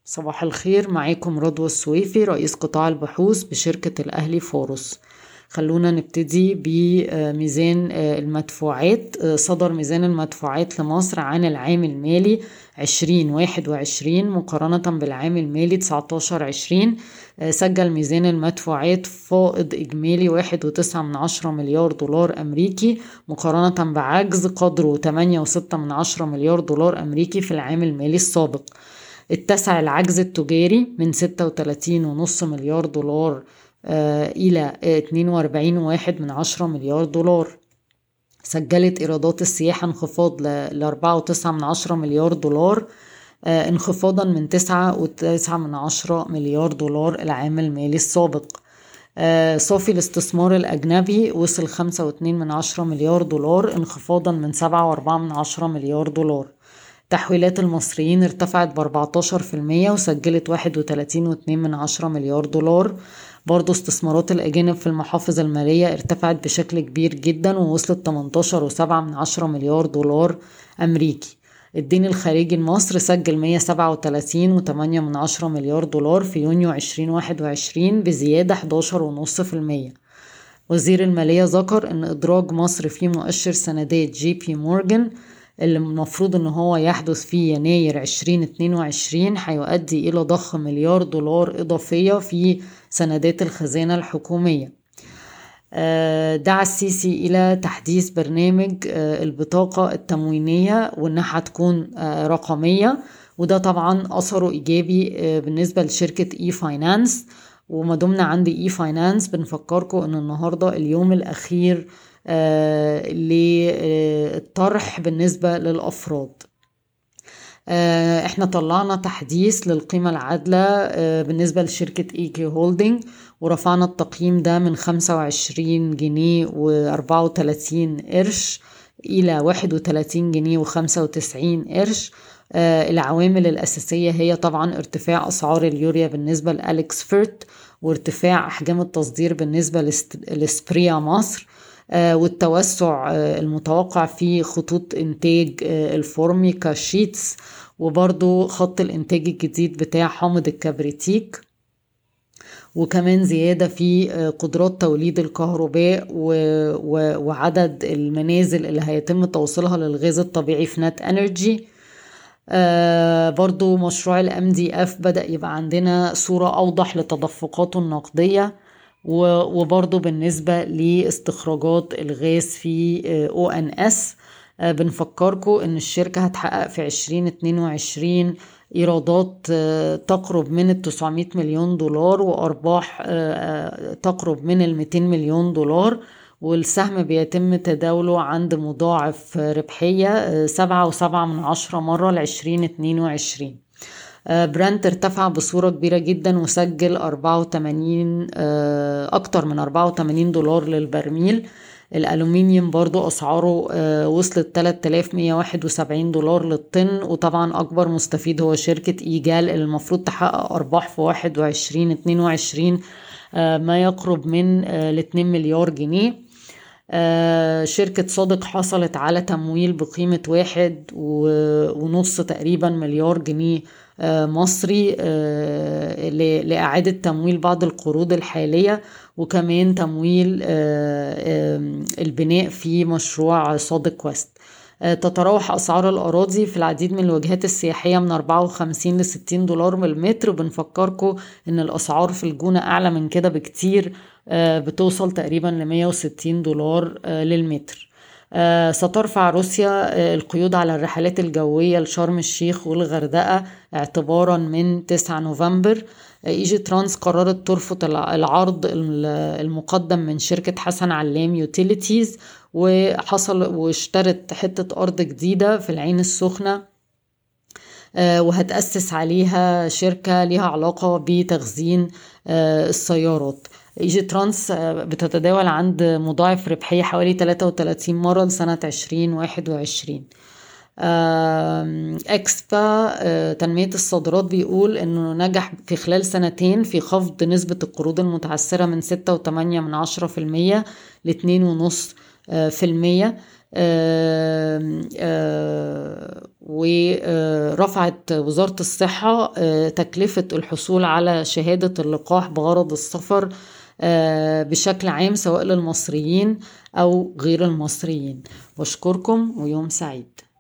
صباح الخير، معاكم رضوى السويفي رئيس قطاع البحوث بشركة الأهلي فورس. خلونا نبتدي بميزان المدفوعات. صدر ميزان المدفوعات لمصر عن العام المالي 2021 مقارنة بالعام المالي 19-20. سجل ميزان المدفوعات فائض إجمالي 1.9 مليار دولار أمريكي مقارنة بعجز قدره 8.6 مليار دولار أمريكي في العام المالي السابق. اتسع العجز التجاري من 36.5 مليار دولار إلى 42.1 مليار دولار. سجلت إيرادات السياحة انخفاض ل 4.9 مليار دولار، انخفاضا من 9.9 مليار دولار العام المالي السابق. صافي الاستثمار الأجنبي وصل 5.2 مليار دولار، انخفاضا من 7.4 مليار دولار. تحويلات المصريين ارتفعت ب14% وسجلت 31.2 مليار دولار. برضو استثمارات الأجانب في المحافظ المالية ارتفعت بشكل كبير جدا ووصلت 18.7 مليار دولار أمريكي. الدين الخارجي لمصر سجل 137.8 مليار دولار في يونيو 2021 بزيادة 11.5%. وزير المالية ذكر أن إدراج مصر في مؤشر سندات جي بي مورجان اللي المفروض ان هو يحدث في يناير 2022 هيؤدي الى ضخ مليار دولار اضافية في سندات الخزانة الحكومية. دعا السيسي الى تحديث برنامج البطاقة التموينية وانها هتكون رقمية، وده طبعا اثره ايجابي بالنسبة لشركة اي فاينانس. وما دمنا عند اي فاينانس بنفكركم ان النهاردة اليوم الاخير للطرح بالنسبة للأفراد. احنا طلعنا تحديث للقيمة العادلة بالنسبة لشركة ايكي هولدينج، ورفعنا التقييم ده من 25 جنيه و34 قرش إلى 31 جنيه و95 قرش. العوامل الأساسية هي طبعا ارتفاع أسعار اليوريا بالنسبة لأليكسفيرت، وارتفاع أحجام التصدير بالنسبة لسبريا مصر، والتوسع المتوقع في خطوط إنتاج الفورميكا شيتس، وبرضو خط الإنتاج الجديد بتاع حامض الكبريتيك، وكمان زيادة في قدرات توليد الكهرباء وعدد المنازل اللي هيتم توصيلها للغاز الطبيعي في نت انرجي. برضو مشروع الMDF بدأ يبقى عندنا صورة أوضح لتدفقاته النقدية. وبرضو بالنسبة لاستخراجات الغاز في ONS بنفكركم ان الشركة هتحقق في 2022 إيرادات تقرب من 900 مليون دولار وأرباح تقرب من 200 مليون دولار، والسهم بيتم تداوله عند مضاعف ربحية 7.7 مرة ل2022. برنت ارتفع بصورة كبيرة جدا وسجل 84 أكتر من 84 دولار للبرميل. الألومنيوم برضو أسعاره وصلت 3171 دولار للطن، وطبعا أكبر مستفيد هو شركة إيجال اللي المفروض تحقق أرباح في 21-22 ما يقرب من 2 مليار جنيه. شركة صادق حصلت على تمويل بقيمة 1.5 تقريبا مليار جنيه مصري لإعادة تمويل بعض القروض الحالية، وكمان تمويل البناء في مشروع صادق وست. تتراوح أسعار الأراضي في العديد من الوجهات السياحية من 54 ل 60 دولار بالمتر. بنفكركم إن الأسعار في الجونة أعلى من كده بكتير، بتوصل تقريبا ل 160 دولار للمتر. سترفع روسيا القيود على الرحلات الجوية لشرم الشيخ والغردقة اعتبارا من 9 نوفمبر. ايجي ترانس قررت ترفض العرض المقدم من شركة حسن علام يوتيليتيز، واشترت حتة أرض جديدة في العين السخنة، وهتأسس عليها شركة لها علاقة بتخزين السيارات. ايجي ترانس بتتداول عند مضاعف ربحية حوالي 33 مرة لسنة 2021. اكسبا تنمية الصادرات بيقول انه نجح في خلال سنتين في خفض نسبة القروض المتعثرة من 6.8% ل 2.5%. ورفعت وزارة الصحة تكلفة الحصول على شهادة اللقاح بغرض السفر بشكل عام، سواء للمصريين أو غير المصريين. بشكركم ويوم سعيد.